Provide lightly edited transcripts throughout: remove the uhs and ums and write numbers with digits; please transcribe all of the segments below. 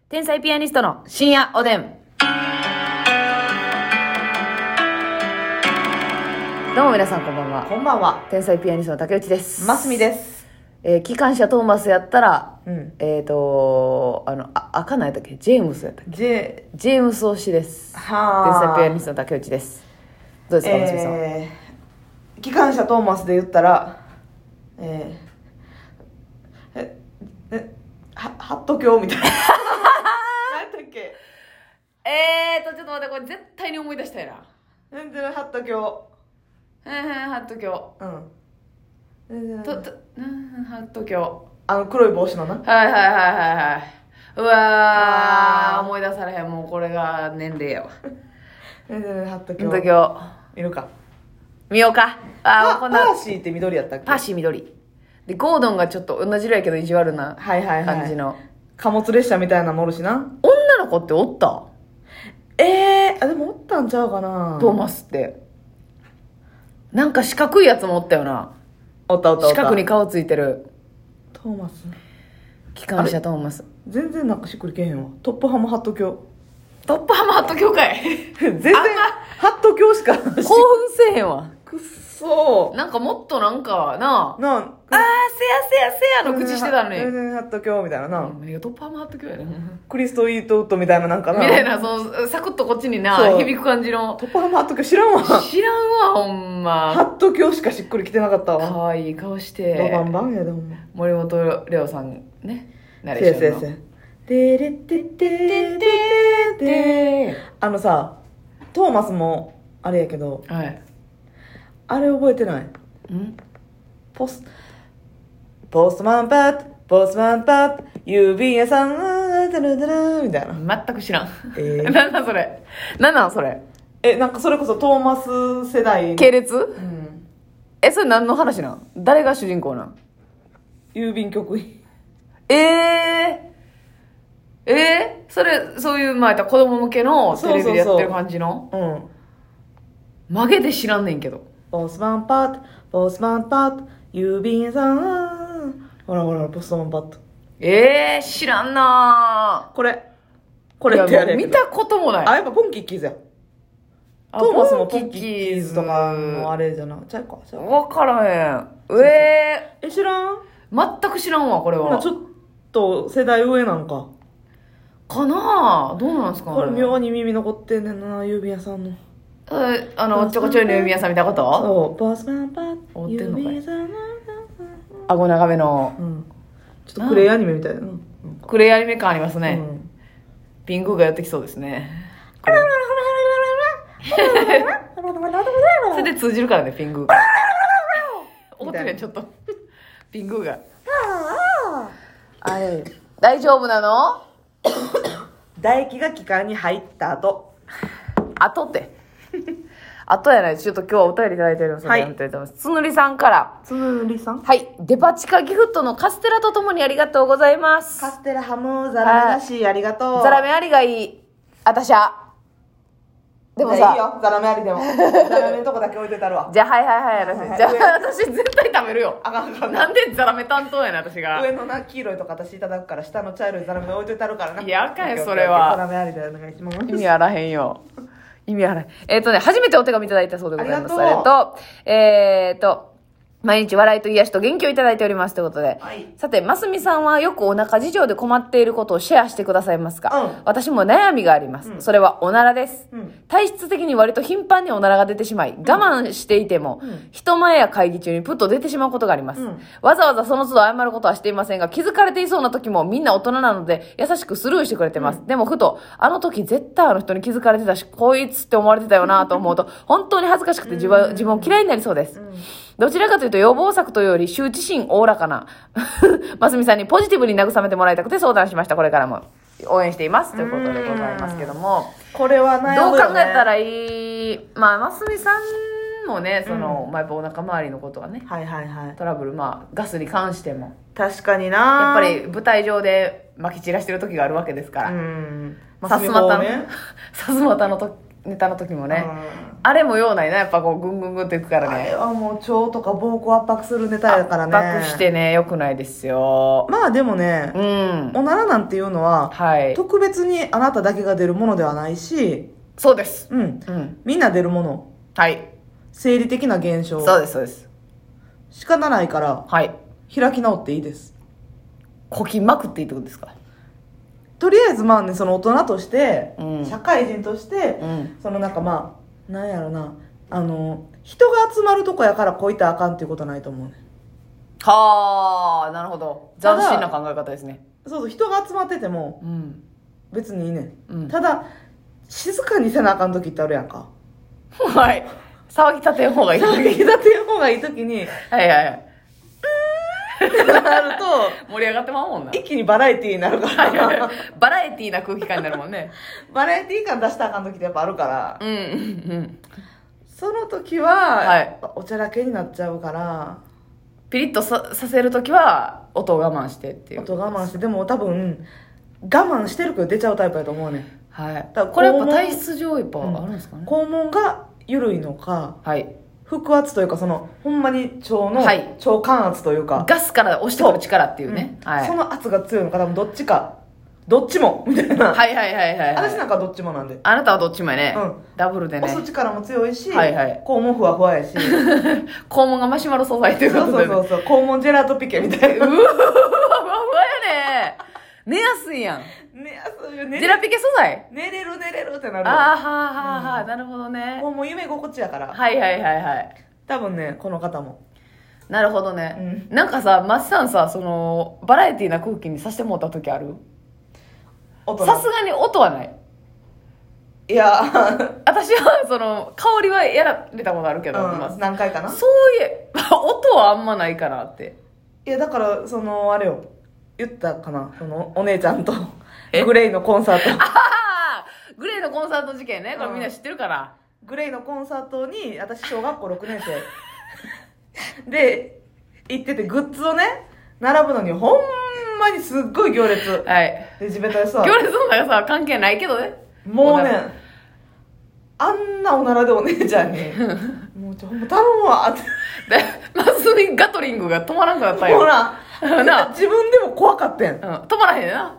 天才ピアニストの深夜おでん。どうも皆さんこんばんは。 こんばんは。 天才ピアニストの竹内です。 ますみです。 機関車トーマスやったら、 うん。 赤なんやったっけ、ジェームスやったっけ、ジェームス推しです。天才ピアニストの竹内です。どうですか、ますみさん。 機関車トーマスで言ったら、ハット教みたいな。何やったっけ。 ちょっと待って、これ絶対に思い出したいな。 全然ハット教。 ハット教。 うん。 ハット教。 黒い帽子のな。 はい。うわー、思い出されへん。もうこれが年齢やわ。 全然ハット教。 ハット教。 見るか。 見ようか。 パーシーって緑やったっけ。 パーシー緑。で、ゴードンがちょっと同じ色やけど意地悪な感じの。 貨物列車みたいなのもおるしな。 女の子っておった？ でもおったんちゃうかな。 トーマスって。なんか四角いやつもおったよな。 おった。 四角に顔ついてる。 トーマス。 機関車トーマス。 全然なんかしっくりけへんわ。トップハムハット教。 トップハムハット教かい。 全然ハット教しか興奮せえへんわ。 くっそー。 なんかもっとなんかなあ、せやの口してたのに。 全然ハット教みたいなな。 何がトップハムハット教やねん。 クリストイートウッドみたいななんかな。 みたいな、サクッとこっちにな、 そう響く感じの。 トップハムハット教知らんわ。 知らんわ、ほんま。 ハット教しかしっくりきてなかったわ。 かわいい顔してバンバンやでほんま。 森本レオさんね、ナレーションの。 せやでれってってでさ、トーマスもあれやけど、 はい。 あれ覚えてない？ ん？ ポストマンパッ郵便屋さんみたいな。 全く知らん。なんなんそれ。 なんかそれこそトーマス世代の系列？ うん。 それ何の話なん？誰が主人公なん？ 郵便局員。 そういう、まあ、子供向けのテレビでやってる感じの？ うん。 曲げで知らんねんけど。 ポストマンパッ郵便屋さん。ほら、ポストマンパッド。 知らんなこれってやれ。 見たこともない。 やっぱポンキッキーズや。トーマスもポンキッキーズとかのあれじゃな。ちゃうか。 わからへん。 知らん？ 全く知らんわ、これは。 ちょっと世代上なんか。 かなぁ、どうなんすかね。 これ妙に耳残ってんねんな、郵便屋さんの。 おっちょこちょいの郵便屋さん見たこと？ そう、ポストマンパッ追ってんのかい。 郵便屋さん。 顎長めの。 ちょっとクレイアニメみたいな。 クレイアニメ感ありますね。 うんピングーがやってきそうですね。それで通じるからね、ピングーが。怒ってるやん、ちょっと。ピングーが。大丈夫なの？ 唾液が気管に入った後。 後って。後やない。ちょっと今日はお便りいただいておりますので、 はい読みたいと思います。つぬりさんから。 つぬりさん？ はい。デパ地下ギフトのカステラとともにありがとうございます。 カステラハムザラメだし、ありがとう。 ザラメありがいい。あたしゃ。でもさ。 いいよ、ザラメありでも。ザラメのとこだけ置いてたるわ。 じゃあ、はい。じゃあ、私絶対食べるよ。 あかん。 なんでザラメ担当やねん、私が。 上のな、黄色いとか私いただくから、下の茶色いザラメ置いてたるからな。 いや、あかんよ、それは。 ザラメありでお願いします。 意味あらへんよ。意味あらへん。初めてお手紙いただいたそうでございます。毎日笑いと癒しと元気をいただいておりますということで。 はい。 さて、ますみさんはよくお腹事情で困っていることをシェアしてくださいますか？私も悩みがあります。それはおならです。体質的に割と頻繁におならが出てしまい、我慢していても、人前や会議中にプッと出てしまうことがあります。わざわざその都度謝ることはしていませんが、気づかれていそうな時もみんな大人なので優しくスルーしてくれてます。でもふと、あの時絶対あの人に気づかれてたし、こいつって思われてたよなと思うと、本当に恥ずかしくて自分を嫌いになりそうです。どちらかというと予防策というより羞恥心おおらかなますみさんにポジティブに慰めてもらいたくて相談しました。これからも応援していますということでございますけども、 これは悩むよね。 どう考えたらいい？ますみさんもね、やっぱお腹周りのことはね、トラブル、ガスに関しても確かにな。 やっぱり舞台上で撒き散らしてる時があるわけですから、さすまたのネタの時もね、あれもようないな、やっぱこうグングングンっていくからね。 あれはもう腸とか膀胱圧迫するネタやからね。 圧迫してね、よくないですよ。 まあでもね、おならなんていうのは、 はい、 特別にあなただけが出るものではないし、 そうです。 みんな出るもの。 はい。 生理的な現象。 そうです、そうです。 仕方ないから、 はい。 開き直っていいです。 こきまくっていいってことですか？ とりあえずまあね、その大人として、社会人として、そのなんかまあ、なんやろな、人が集まるとこやからこいたらあかんっていうことはないと思うね。 はあ、なるほど。斬新な考え方ですね。 そうそう、人が集まってても、別にいいね、ただ、静かにせなあかん時ってあるやんか。 はい。騒ぎ立てん方がいい。 騒ぎ立てん方がいい時に、 はいはいはい。 なると盛り上がってまうもんな。 一気にバラエティーになるからバラエティーな空気感になるもんね。 バラエティー感出したらあかん時ってやっぱあるから、その時は、はい、おちゃらけになっちゃうから、 ピリッと させる時は音を我慢してっていう。 音我慢して、でも多分我慢してるけど出ちゃうタイプだと思うね。 はい。これやっぱ体質上やっぱあるんですかね。 肛門が緩いのか、 はい。 腹圧というか、そのほんまに腸の、はい、腸間圧というか、 ガスから押してくる力っていうね、 はい、その圧が強いのか、多分どっちか、どっちもみたいな。 はいはいはいはい、はい、 私なんかどっちもなんで。 あなたはどっちもやね、ダブルでね。 押す力も強いし、 はいはい、 肛門ふわふわやし肛門がマシュマロ素材ということで、ね、 そう肛門ジェラートピケみたいな。 ふわふわやね。寝やすいやん。 寝やすいよね。 ジェラピケ素材。 寝れるってなる。 ああ、はあはあはあ、なるほどね。 もう夢心地やから。 はいはいはいはい。 多分ね、この方も。 なるほどね。なんかさ、マッサンさ、その、バラエティーな空気にさせてもらった時ある？さすがに音はない。 いや、 私は、その、香りはやられたことあるけど、 何回かな。 そういえば、音はあんまないかなって。 いや、だから、その、あれよ。言ったかな、そのお姉ちゃんとグレイのコンサート。 グレイのコンサート事件ね、これみんな知ってるから。 グレイのコンサートに私小学校6年生で行ってて、グッズをね並ぶのにほんまにすっごい行列、 はい、 で地べたでさ、 行列の長さは関係ないけどね、 もうね、あんなおならでお姉ちゃんにもう頼むわってでマスミガトリングが止まらんくなったよ。 ほらな、自分でも怖かったん、 止まらへんな、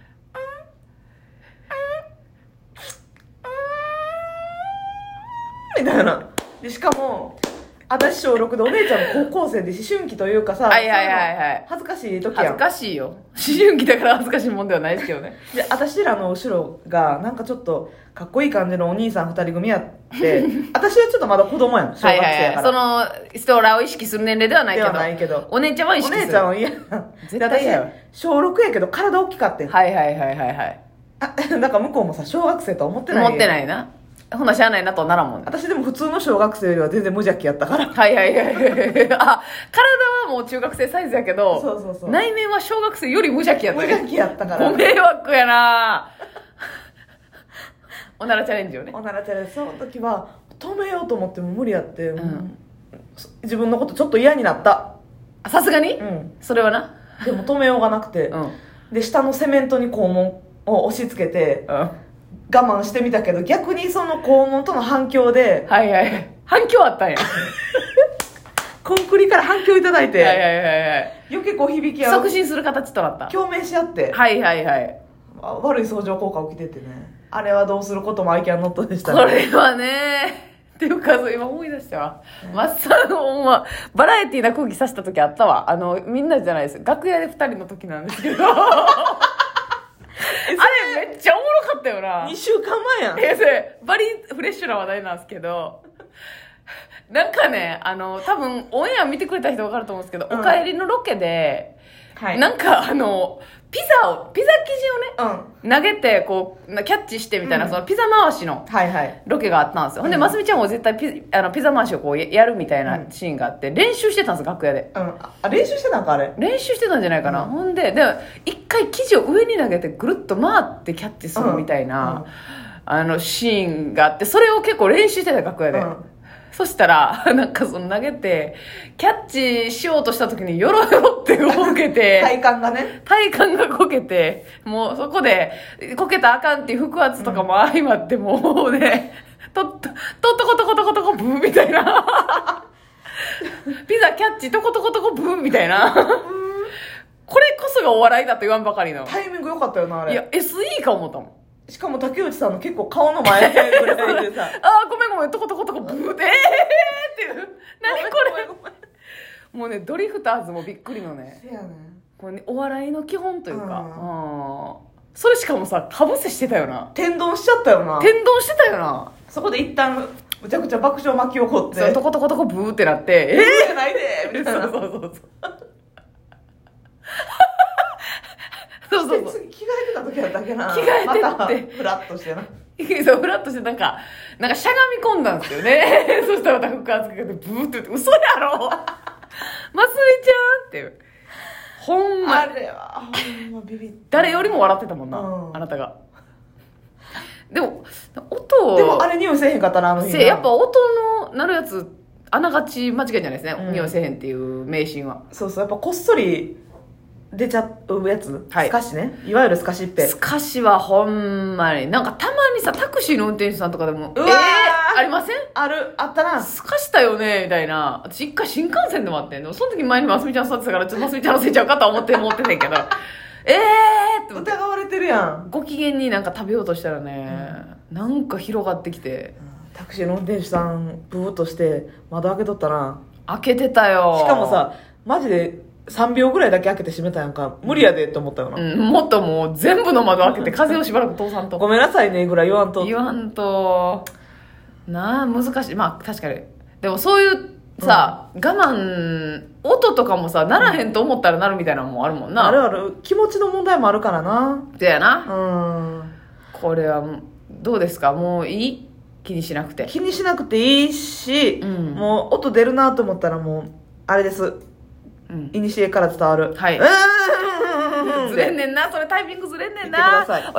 みたいな。でしかも私小6で、お姉ちゃんも高校生で思春期というかさ、 はいはいはいはい、 恥ずかしい時やん。 恥ずかしいよ、思春期だから恥ずかしいもんではないですけどね。 で私らの後ろがなんかちょっとかっこいい感じのお兄さん2人組やって私はちょっとまだ子供やん、小学生やから、はいはいはい、 その人らを意識する年齢ではないけどお姉ちゃんは意識する。 お姉ちゃんは嫌絶対嫌や。小6やけど体大きかってん。 はいはいはいはいはい。 だから向こうもさ、小学生とは思ってない。 思ってないな。ほなしゃあないなとならんもんね。 私でも普通の小学生よりは全然無邪気やったから。 はいはいはい。あ、体はもう中学生サイズやけど、 そう内面は小学生より無邪気やった。 無邪気やったから。 ご迷惑やな。おならチャレンジよね。 おならチャレンジ。その時は止めようと思っても無理やって、自分のことちょっと嫌になった。 さすがに、それはな。 でも止めようがなくて、で下のセメントに肛門を押し付けて、我慢してみたけど、逆にその肛門との反響で、 はいはい、反響あったんや。 コンクリから反響いただいて、 はいはいはいはい、 余計こう響き合う、 促進する形となった、 共鳴し合って、 はいはいはい、 悪い相乗効果起きててね、あれはどうすることもアイキャンノットでしたね。これはね、っていうか今思い出したわ、マッサンのバラエティーな空気させた時あったわ。みんなじゃないです、楽屋で2人の時なんですけどあれめっちゃおもろかったよな。 2週間前やん。 バリフレッシュな話題なんですけど、なんかね、多分オンエア見てくれた人分かると思うんですけど、お帰りのロケで、なんかピザ生地をね、投げてこうキャッチしてみたいな、そのピザ回しのロケがあったんですよ。ほんでますみちゃんも絶対ピザ回しをこうやるみたいなシーンがあって、練習してたんです楽屋で。 練習してたんか、あれ練習してたんじゃないかな。ほんで一回生地を上に投げてぐるっと回ってキャッチするみたいな、シーンがあって、それを結構練習してた楽屋で、 そしたら、なんかその投げて、キャッチしようとした時にヨロヨロって動けて、体幹がこけて、もうそこで、こけたらあかんっていう腹圧とかも相まって、もうね、とっとこブーみたいな。ピザキャッチとことブーみたいな。これこそがお笑いだと言わんばかりの。 タイミング良かったよな、あれ。 いや、SE か思ったもん。 しかも竹内さんの結構顔の前ぐらいでさ。 あー、ごめん、とことブーっていう。何これ。もうね、ドリフターズもびっくりのね。 せやね。 これね、お笑いの基本というか。それしかもさ、かぶせしてたよな。 天丼しちゃったよな。 天丼してたよな。 そこで一旦、むちゃくちゃ爆笑巻き起こって。 そう、とことブーってなって、 じゃないでみたいな。 そう。 次着替えてた時はだけな。 着替えてって。 またフラッとしてな。 そう、フラッとしてなんかしゃがみ込んだんですよね。そしたらまた腹圧かけてブーって言って、嘘やろますみちゃんっていう。ほんま。 あれは、ほんまビビった。 誰よりも笑ってたもんな、あなたが。でも、 でもあれ匂いせえへんかったな、あの日な。 やっぱ音の鳴るやつ、あながち間違いじゃないですね。匂いせえへんっていう迷信は。 そう、やっぱこっそり出ちゃうやつ、スカシね。いわゆるスカシっぺ。 スカシはほんまに、なんかたまにさ、タクシーの運転手さんとかでも、ありません？ あったな。 スカしたよねみたいな。私一回新幹線でもあってんの。その時前にますみちゃん座ってたから、ちょっとますみちゃんのせいちゃうかと思っててんけど。って疑われてるやん。 ご機嫌になんか食べようとしたらね、なんか広がってきて。 タクシーの運転手さん、ブーっとして窓開けとったな。 開けてたよ。 しかもさ、マジで3秒ぐらいだけ開けて閉めたやんか。無理やでって思ったよな。 もっともう全部の窓開けて風をしばらく通さんと。 ごめんなさいねぐらい言わんと。 難しい。まあ確かに。でもそういうさ、我慢、音とかもさ、ならへんと思ったらなるみたいなのもあるもんな。 ある。気持ちの問題もあるからな。 だよな。これは、どうですか？もういい？気にしなくて。 気にしなくていいし、もう音出るなと思ったらもう、あれです。いにしえから伝わる。 はい。ずれんねんな。それタイミングずれんねんな。 言ってください。